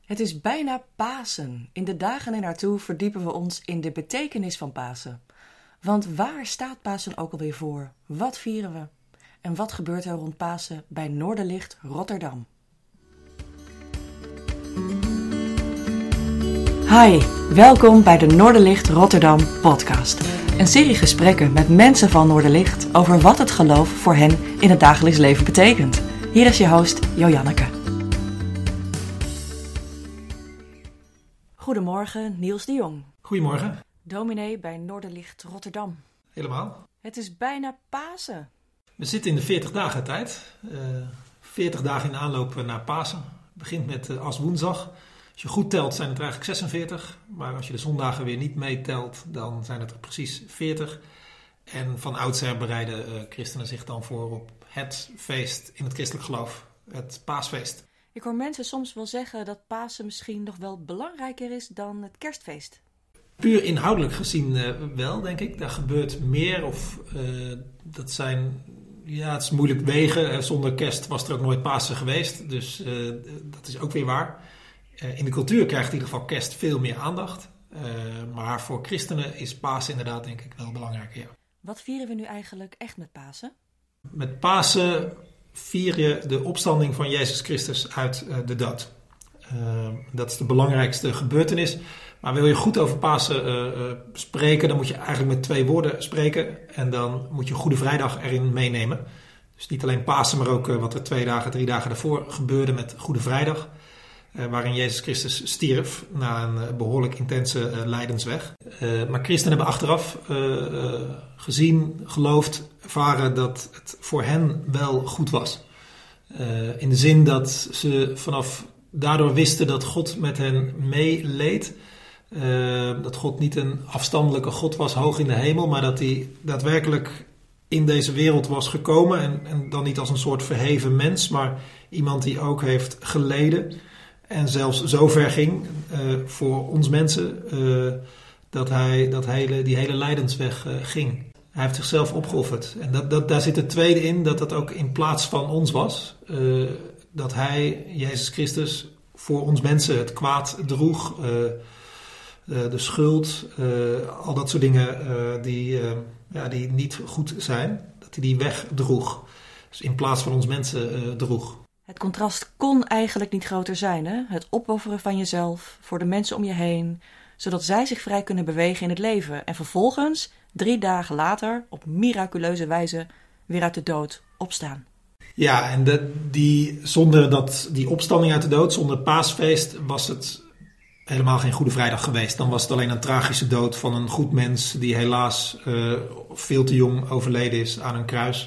Het is bijna Pasen. In de dagen ernaartoe verdiepen we ons in de betekenis van Pasen. Want waar staat Pasen ook alweer voor? Wat vieren we? En wat gebeurt er rond Pasen bij Noorderlicht Rotterdam? Hi, welkom bij de Noorderlicht Rotterdam podcast. Een serie gesprekken met mensen van Noorderlicht over wat het geloof voor hen in het dagelijks leven betekent. Hier is je host Joanneke. Goedemorgen, Niels de Jong. Goedemorgen. Dominee bij Noorderlicht Rotterdam. Helemaal. Het is bijna Pasen. We zitten in de 40 dagen tijd. 40 dagen in aanloop naar Pasen. Het begint met Aswoensdag. Als je goed telt zijn het er eigenlijk 46. Maar als je de zondagen weer niet meetelt, dan zijn het er precies 40. En van oudsher bereiden christenen zich dan voor op het feest in het christelijk geloof. Het paasfeest. Ik hoor mensen soms wel zeggen dat Pasen misschien nog wel belangrijker is dan het kerstfeest. Puur inhoudelijk gezien wel, denk ik. Daar gebeurt meer of dat zijn... Ja, het is moeilijk wegen. Zonder kerst was er ook nooit Pasen geweest. Dus dat is ook weer waar. In de cultuur krijgt in ieder geval kerst veel meer aandacht. Maar voor christenen is Pasen inderdaad denk ik wel belangrijker, ja. Wat vieren we nu eigenlijk echt met Pasen? Met Pasen vier je de opstanding van Jezus Christus uit de dood. Dat is de belangrijkste gebeurtenis. Maar wil je goed over Pasen spreken, dan moet je eigenlijk met 2 woorden spreken. En dan moet je Goede Vrijdag erin meenemen. Dus niet alleen Pasen, maar ook wat er 2 dagen, 3 dagen daarvoor gebeurde met Goede Vrijdag. Waarin Jezus Christus stierf na een behoorlijk intense lijdensweg. Maar christenen hebben achteraf gezien, geloofd, ervaren dat het voor hen wel goed was. In de zin dat ze vanaf daardoor wisten dat God met hen meeleed. Dat God niet een afstandelijke God was hoog in de hemel, maar dat hij daadwerkelijk in deze wereld was gekomen. En dan niet als een soort verheven mens, maar iemand die ook heeft geleden. En zelfs zo ver ging voor ons mensen dat hij die hele lijdensweg ging. Hij heeft zichzelf opgeofferd. En daar zit het tweede in, dat dat ook in plaats van ons was. Dat hij, Jezus Christus, voor ons mensen het kwaad droeg. De schuld, al dat soort dingen die niet goed zijn. Dat hij die wegdroeg. Dus in plaats van ons mensen droeg. Het contrast kon eigenlijk niet groter zijn, hè? Het opofferen van jezelf voor de mensen om je heen, zodat zij zich vrij kunnen bewegen in het leven. En vervolgens, 3 dagen later, op miraculeuze wijze, weer uit de dood opstaan. Ja, en zonder die opstanding uit de dood, zonder het paasfeest, was het helemaal geen Goede Vrijdag geweest. Dan was het alleen een tragische dood van een goed mens die helaas veel te jong overleden is aan een kruis.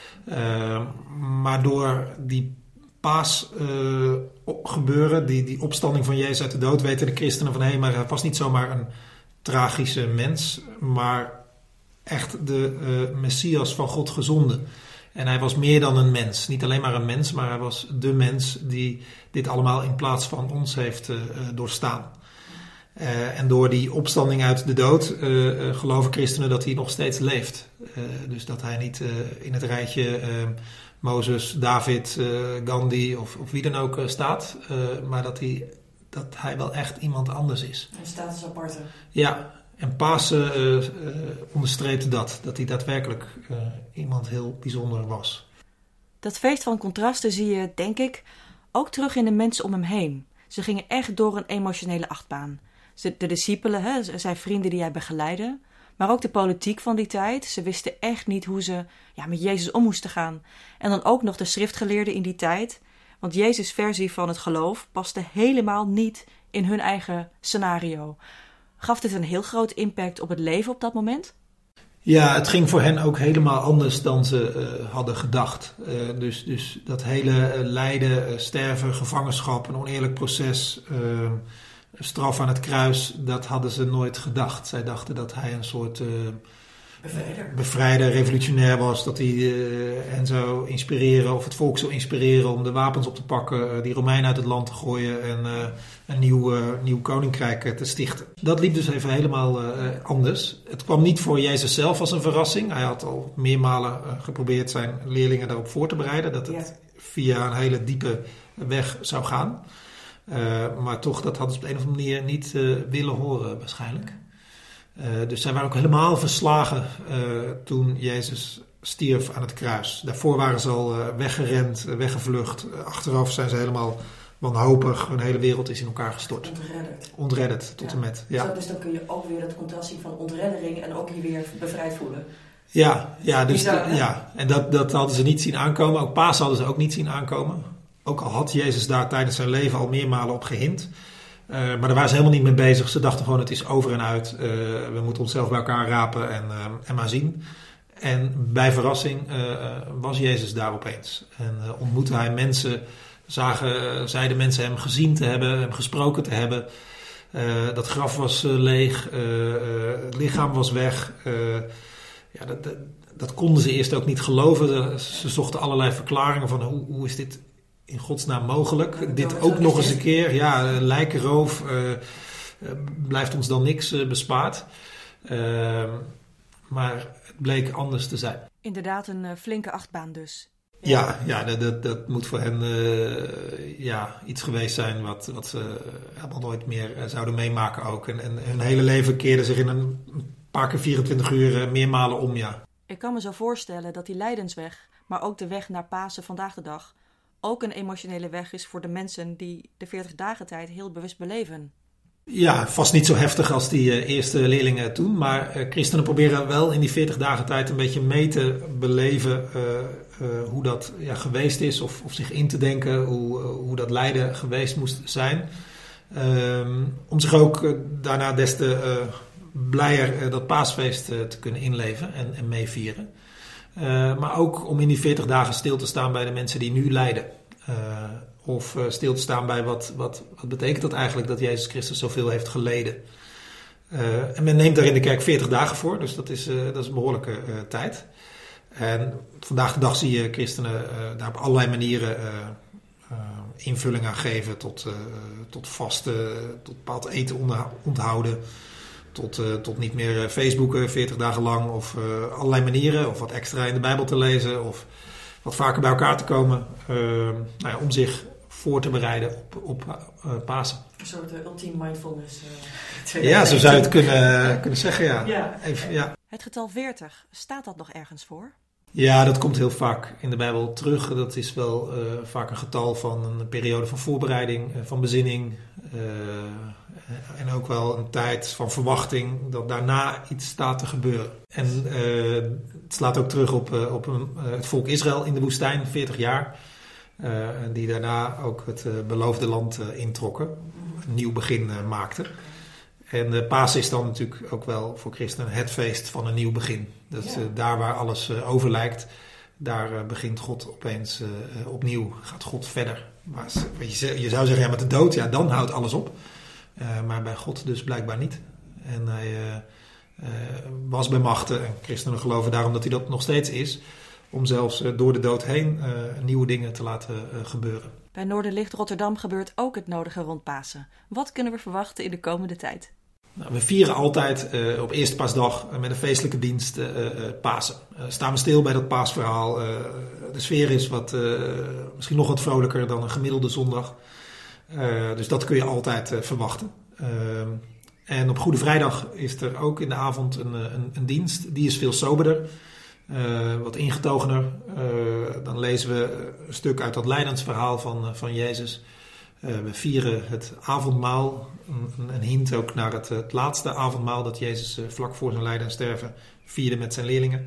Maar door die paas gebeuren, die opstanding van Jezus uit de dood, weten de christenen van maar hij was niet zomaar een tragische mens, maar echt de Messias van God gezonden. En hij was meer dan een mens. Niet alleen maar een mens, maar hij was de mens die dit allemaal in plaats van ons heeft doorstaan. En door die opstanding uit de dood geloven christenen dat hij nog steeds leeft. Dus dat hij niet in het rijtje Mozes, David, Gandhi of wie dan ook staat. Maar dat hij wel echt iemand anders is. Hij staat als aparte. Ja, en Pasen onderstreepte dat hij daadwerkelijk iemand heel bijzonder was. Dat feest van contrasten zie je, denk ik, ook terug in de mensen om hem heen. Ze gingen echt door een emotionele achtbaan. De discipelen, zijn vrienden die hij begeleidde, maar ook de politiek van die tijd. Ze wisten echt niet hoe ze met Jezus om moesten gaan. En dan ook nog de schriftgeleerden in die tijd. Want Jezus' versie van het geloof paste helemaal niet in hun eigen scenario. Gaf dit een heel groot impact op het leven op dat moment? Ja, het ging voor hen ook helemaal anders dan ze hadden gedacht. Dus dat hele lijden, sterven, gevangenschap, een oneerlijk proces, straf aan het kruis, dat hadden ze nooit gedacht. Zij dachten dat hij een soort bevrijder, revolutionair was. Dat hij hen zou inspireren of het volk zou inspireren om de wapens op te pakken, die Romeinen uit het land te gooien en een nieuw koninkrijk te stichten. Dat liep dus even helemaal anders. Het kwam niet voor Jezus zelf als een verrassing. Hij had al meermalen geprobeerd zijn leerlingen daarop voor te bereiden. Dat het via een hele diepe weg zou gaan. Maar toch, dat hadden ze op de een of andere manier niet willen horen waarschijnlijk. Dus zij waren ook helemaal verslagen toen Jezus stierf aan het kruis. Daarvoor waren ze al weggerend, weggevlucht. Achteraf zijn ze helemaal wanhopig. Hun hele wereld is in elkaar gestort. Ontredderd tot en met. Ja. Dus dan kun je ook weer dat contrast zien van ontreddering en ook je weer bevrijd voelen. Ja, dus en dat hadden ze niet zien aankomen. Ook Pasen hadden ze ook niet zien aankomen. Ook al had Jezus daar tijdens zijn leven al meermalen op gehind. Maar daar waren ze helemaal niet mee bezig. Ze dachten gewoon, het is over en uit. We moeten onszelf bij elkaar rapen en maar zien. En bij verrassing was Jezus daar opeens. En ontmoette hij mensen, zeiden mensen hem gezien te hebben, hem gesproken te hebben. Dat graf was leeg, het lichaam was weg. Dat konden ze eerst ook niet geloven. Ze zochten allerlei verklaringen van hoe is dit in godsnaam mogelijk? Dit ook nog eens een keer. Ja, lijkenroof. Blijft ons dan niks bespaard. Maar het bleek anders te zijn. Inderdaad, een flinke achtbaan dus. Ja, dat moet voor hen iets geweest zijn wat ze helemaal nooit meer zouden meemaken ook. En hun hele leven keerde zich in een paar keer 24 uur meermalen om, ja. Ik kan me zo voorstellen dat die lijdensweg, maar ook de weg naar Pasen vandaag de dag, ook een emotionele weg is voor de mensen die de 40 dagen tijd heel bewust beleven. Ja, vast niet zo heftig als die eerste leerlingen toen. Maar christenen proberen wel in die 40 dagen tijd een beetje mee te beleven hoe dat geweest is. Of zich in te denken hoe dat lijden geweest moest zijn. Om zich ook daarna des te blijer dat paasfeest te kunnen inleven en meevieren. Maar ook om in die 40 dagen stil te staan bij de mensen die nu lijden. Of stil te staan bij wat betekent dat eigenlijk dat Jezus Christus zoveel heeft geleden. En men neemt daar in de kerk 40 dagen voor, dus dat is een behoorlijke tijd. En vandaag de dag zie je christenen daar op allerlei manieren invulling aan geven tot vasten, tot bepaald eten onthouden. Tot niet meer Facebooken 40 dagen lang of allerlei manieren. Of wat extra in de Bijbel te lezen of wat vaker bij elkaar te komen. Om zich voor te bereiden op Pasen. Een soort ultieme mindfulness. Ja, zo zou je het kunnen zeggen, ja. Even, ja. Het getal 40, staat dat nog ergens voor? Ja, dat komt heel vaak in de Bijbel terug. Dat is wel vaak een getal van een periode van voorbereiding, van bezinning. En ook wel een tijd van verwachting dat daarna iets staat te gebeuren. En het slaat ook terug op het volk Israël in de woestijn, 40 jaar. Die daarna ook het beloofde land introkken. Een nieuw begin maakten. En Pasen is dan natuurlijk ook wel voor christenen het feest van een nieuw begin. Dat daar waar alles over lijkt, daar begint God opeens opnieuw. Gaat God verder. Maar je zou zeggen, ja, met de dood, ja, dan houdt alles op. Maar bij God dus blijkbaar niet. En hij was bij machten. En christenen geloven daarom dat hij dat nog steeds is. Om zelfs door de dood heen nieuwe dingen te laten gebeuren. Bij Noorderlicht Rotterdam gebeurt ook het nodige rond Pasen. Wat kunnen we verwachten in de komende tijd? Nou, we vieren altijd op eerste paasdag met een feestelijke dienst Pasen. Staan we stil bij dat paasverhaal. De sfeer is misschien nog wat vrolijker dan een gemiddelde zondag. Dus dat kun je altijd verwachten. En op Goede Vrijdag is er ook in de avond een dienst. Die is veel soberder. Wat ingetogener. Dan lezen we een stuk uit dat lijdensverhaal van Jezus. We vieren het avondmaal. Een hint ook naar het laatste avondmaal dat Jezus vlak voor zijn lijden en sterven vierde met zijn leerlingen.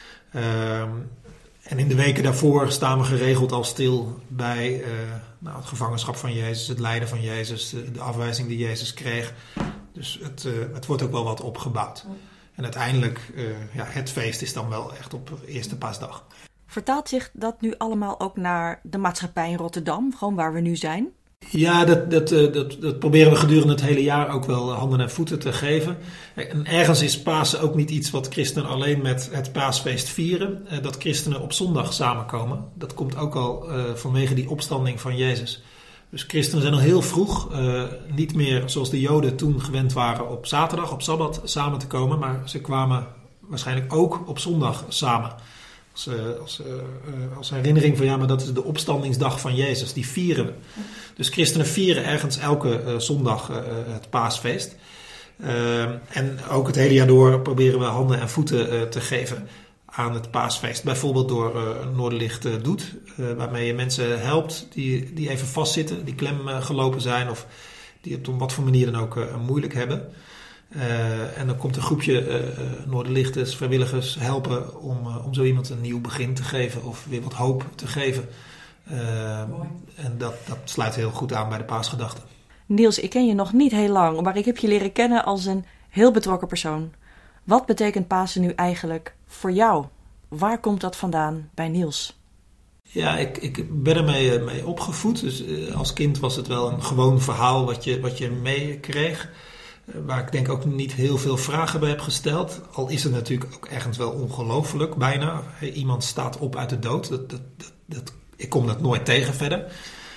En in de weken daarvoor staan we geregeld al stil bij het gevangenschap van Jezus, het lijden van Jezus, de afwijzing die Jezus kreeg. Dus het wordt ook wel wat opgebouwd. En uiteindelijk, het feest is dan wel echt op eerste paasdag. Vertaalt zich dat nu allemaal ook naar de maatschappij in Rotterdam, gewoon waar we nu zijn? Ja, dat proberen we gedurende het hele jaar ook wel handen en voeten te geven. En ergens is Pasen ook niet iets wat christenen alleen met het paasfeest vieren. Dat christenen op zondag samenkomen. Dat komt ook al vanwege die opstanding van Jezus. Dus christenen zijn al heel vroeg niet meer zoals de Joden toen gewend waren op zaterdag, op Sabbat samen te komen. Maar ze kwamen waarschijnlijk ook op zondag samen. Als herinnering van maar dat is de opstandingsdag van Jezus. Die vieren we. Dus christenen vieren ergens elke zondag het paasfeest. En ook het hele jaar door proberen we handen en voeten te geven aan het paasfeest. Bijvoorbeeld door Noorderlicht Doet. Waarmee je mensen helpt die even vastzitten. Die klem gelopen zijn. Of die het op wat voor manier dan ook moeilijk hebben. En dan komt een groepje Noorderlichters, vrijwilligers helpen om zo iemand een nieuw begin te geven. Of weer wat hoop te geven. En dat sluit heel goed aan bij de paasgedachte. Niels, ik ken je nog niet heel lang, maar ik heb je leren kennen als een heel betrokken persoon. Wat betekent Pasen nu eigenlijk voor jou? Waar komt dat vandaan bij Niels? Ja, ik ben ermee opgevoed. Dus als kind was het wel een gewoon verhaal wat je meekreeg. Waar ik denk ook niet heel veel vragen bij heb gesteld. Al is het natuurlijk ook ergens wel ongelooflijk, bijna. Iemand staat op uit de dood. Ik kom dat nooit tegen verder.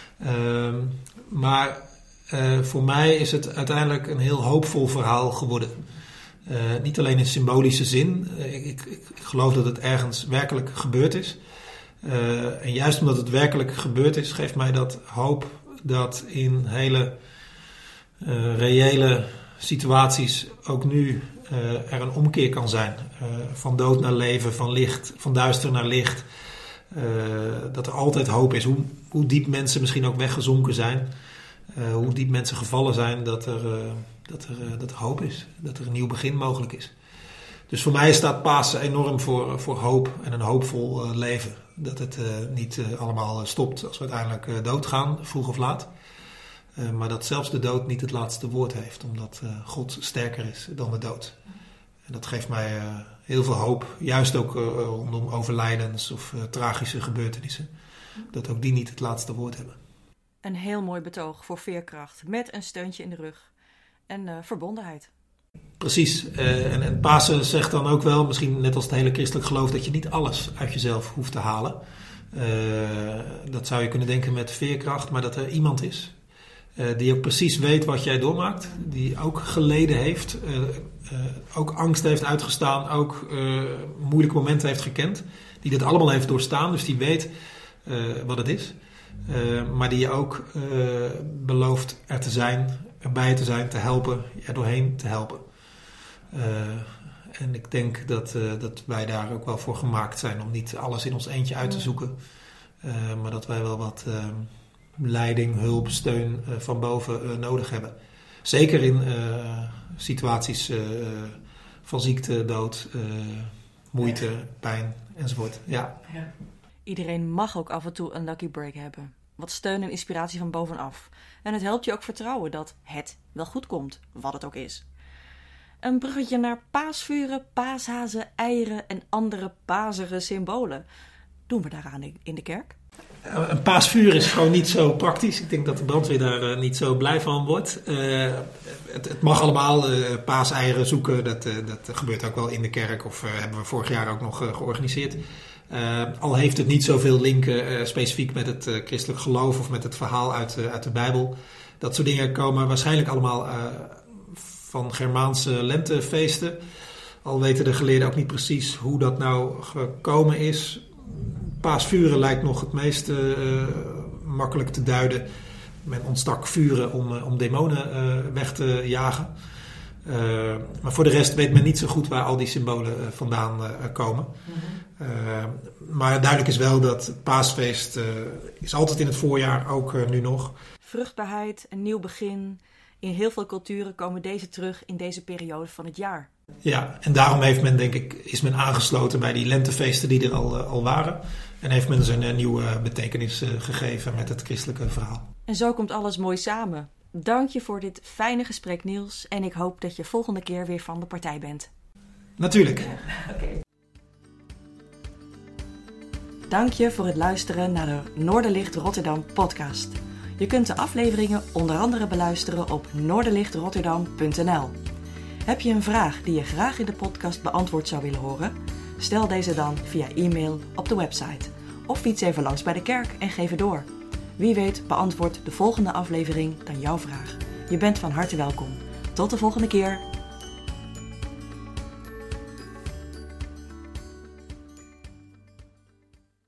Maar voor mij is het uiteindelijk een heel hoopvol verhaal geworden. Niet alleen in symbolische zin. Ik geloof dat het ergens werkelijk gebeurd is. En juist omdat het werkelijk gebeurd is, geeft mij dat hoop dat in hele reële situaties ook nu er een omkeer kan zijn. Van dood naar leven, van licht, van duister naar licht. Dat er altijd hoop is. Hoe diep mensen misschien ook weggezonken zijn. Hoe diep mensen gevallen zijn, dat er hoop is. Dat er een nieuw begin mogelijk is. Dus voor mij staat Pasen enorm voor hoop en een hoopvol leven. Dat het niet allemaal stopt als we uiteindelijk doodgaan, vroeg of laat. Maar dat zelfs de dood niet het laatste woord heeft. Omdat God sterker is dan de dood. En dat geeft mij heel veel hoop. Juist ook rondom overlijdens of tragische gebeurtenissen. Dat ook die niet het laatste woord hebben. Een heel mooi betoog voor veerkracht. Met een steuntje in de rug. En verbondenheid. Precies. En Pasen zegt dan ook wel, misschien net als het hele christelijk geloof, dat je niet alles uit jezelf hoeft te halen. Dat zou je kunnen denken met veerkracht. Maar dat er iemand is die ook precies weet wat jij doormaakt. Die ook geleden heeft. Ook angst heeft uitgestaan. Ook moeilijke momenten heeft gekend. Die dit allemaal heeft doorstaan. Dus die weet wat het is. Maar die je ook belooft er te zijn. Erbij te zijn. Te helpen. Er doorheen te helpen. En ik denk dat wij daar ook wel voor gemaakt zijn. Om niet alles in ons eentje uit te zoeken. Maar dat wij wel wat leiding, hulp, steun van boven nodig hebben. Zeker in situaties van ziekte, dood, moeite, pijn enzovoort. Ja. Iedereen mag ook af en toe een lucky break hebben. Wat steun en inspiratie van bovenaf. En het helpt je ook vertrouwen dat het wel goed komt, wat het ook is. Een bruggetje naar paasvuren, paashazen, eieren en andere pazige symbolen. Doen we daaraan in de kerk? Een paasvuur is gewoon niet zo praktisch. Ik denk dat de brandweer daar niet zo blij van wordt. Het mag allemaal. Paaseieren zoeken, dat gebeurt ook wel in de kerk. Of hebben we vorig jaar ook nog georganiseerd. Al heeft het niet zoveel linken specifiek met het christelijk geloof of met het verhaal uit de Bijbel. Dat soort dingen komen waarschijnlijk allemaal van Germaanse lentefeesten. Al weten de geleerden ook niet precies hoe dat nou gekomen is. Paasvuren lijkt nog het meest makkelijk te duiden. Men ontstak vuren om demonen weg te jagen. Maar voor de rest weet men niet zo goed waar al die symbolen vandaan komen. Maar duidelijk is wel dat het paasfeest is altijd in het voorjaar, ook nu nog. Vruchtbaarheid, een nieuw begin. In heel veel culturen komen deze terug in deze periode van het jaar. Ja, en daarom heeft men, denk ik, is men aangesloten bij die lentefeesten die er al waren. En heeft men ze een nieuwe betekenis gegeven met het christelijke verhaal. En zo komt alles mooi samen. Dank je voor dit fijne gesprek, Niels. En ik hoop dat je volgende keer weer van de partij bent. Natuurlijk. Ja, okay. Dank je voor het luisteren naar de Noorderlicht Rotterdam podcast. Je kunt de afleveringen onder andere beluisteren op noorderlichtrotterdam.nl. Heb je een vraag die je graag in de podcast beantwoord zou willen horen? Stel deze dan via e-mail op de website. Of fiets even langs bij de kerk en geef het door. Wie weet beantwoordt de volgende aflevering dan jouw vraag. Je bent van harte welkom. Tot de volgende keer.